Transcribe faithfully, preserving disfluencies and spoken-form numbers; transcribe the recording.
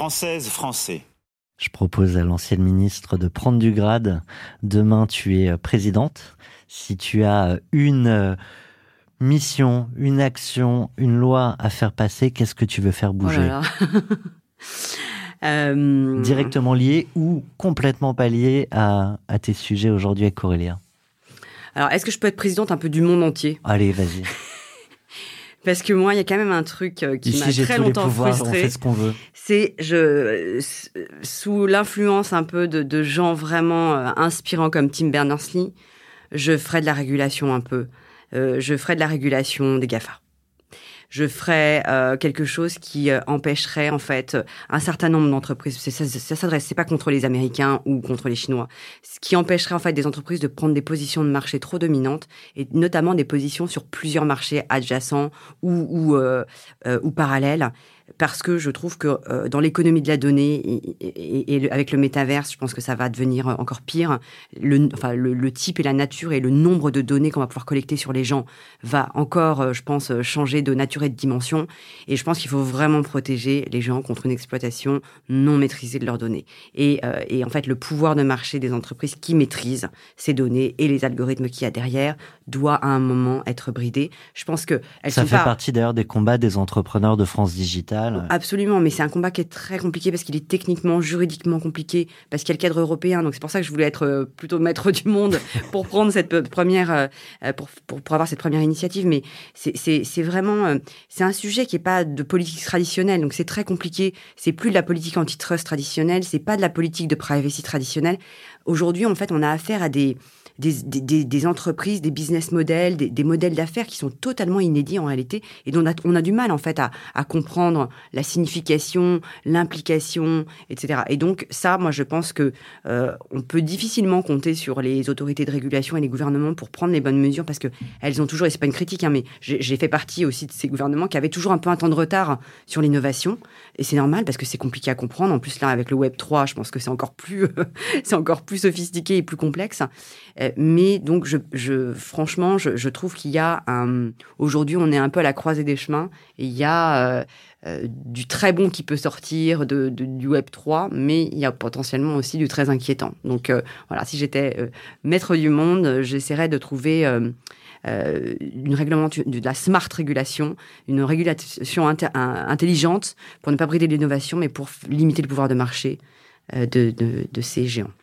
Françaises, Français. Je propose à l'ancienne ministre de prendre du grade. Demain, tu es présidente. Si tu as une mission, une action, une loi à faire passer, qu'est-ce que tu veux faire bouger ? Oh là là. euh... Directement lié ou complètement pas lié à, à tes sujets aujourd'hui avec Aurélia ? Alors, est-ce que je peux être présidente un peu du monde entier ? Allez, vas-y. Parce que moi, il y a quand même un truc qui Ici, m'a j'ai très tous longtemps les pouvoirs, frustrée. on fait ce qu'on veut. C'est, je, sous l'influence un peu de, de gens vraiment inspirants comme Tim Berners-Lee, je ferai de la régulation un peu. Euh, je ferai de la régulation des GAFA. Je ferai euh, quelque chose qui euh, empêcherait en fait un certain nombre d'entreprises. C'est, ça, ça s'adresse, c'est pas contre les Américains ou contre les Chinois. Ce qui empêcherait en fait des entreprises de prendre des positions de marché trop dominantes et notamment des positions sur plusieurs marchés adjacents ou ou, euh, euh, ou parallèles. Parce que je trouve que euh, dans l'économie de la donnée et, et, et le, avec le métaverse, je pense que ça va devenir encore pire. Le, enfin, le, le type et la nature et le nombre de données qu'on va pouvoir collecter sur les gens va encore, euh, je pense, changer de nature et de dimension. Et je pense qu'il faut vraiment protéger les gens contre une exploitation non maîtrisée de leurs données. Et, euh, et en fait, le pouvoir de marché des entreprises qui maîtrisent ces données et les algorithmes qu'il y a derrière doit à un moment être bridé. Je pense que elles ça sont fait pas... partie d'ailleurs des combats des entrepreneurs de France Digital. Absolument, mais c'est un combat qui est très compliqué parce qu'il est techniquement, juridiquement compliqué, parce qu'il y a le cadre européen. Donc c'est pour ça que je voulais être plutôt maître du monde pour prendre cette première, pour, pour, pour avoir cette première initiative. Mais c'est, c'est, c'est vraiment, c'est un sujet qui est pas de politique traditionnelle. Donc c'est très compliqué. C'est plus de la politique antitrust traditionnelle. C'est pas de la politique de privacy traditionnelle. Aujourd'hui, en fait, on a affaire à des Des, des, des entreprises, des business models, des, des modèles d'affaires qui sont totalement inédits en réalité et dont on a, on a du mal en fait à, à comprendre la signification, l'implication, et cetera. Et donc ça, moi je pense que euh, on peut difficilement compter sur les autorités de régulation et les gouvernements pour prendre les bonnes mesures parce que elles ont toujours, et c'est pas une critique, hein, mais j'ai, j'ai fait partie aussi de ces gouvernements qui avaient toujours un peu un temps de retard sur l'innovation et c'est normal parce que c'est compliqué à comprendre. En plus là avec le Web trois, je pense que c'est encore plus, c'est encore plus sophistiqué et plus complexe. Mais donc, je, je, franchement, je, je trouve qu'il y a un... Aujourd'hui, on est un peu à la croisée des chemins. Et il y a euh, euh, du très bon qui peut sortir de, de, du Web trois, mais il y a potentiellement aussi du très inquiétant. Donc, euh, voilà, si j'étais euh, maître du monde, j'essaierais de trouver euh, euh, une réglementation, de la smart régulation, une régulation inter- intelligente pour ne pas brider l'innovation, mais pour limiter le pouvoir de marché euh, de, de, de ces géants.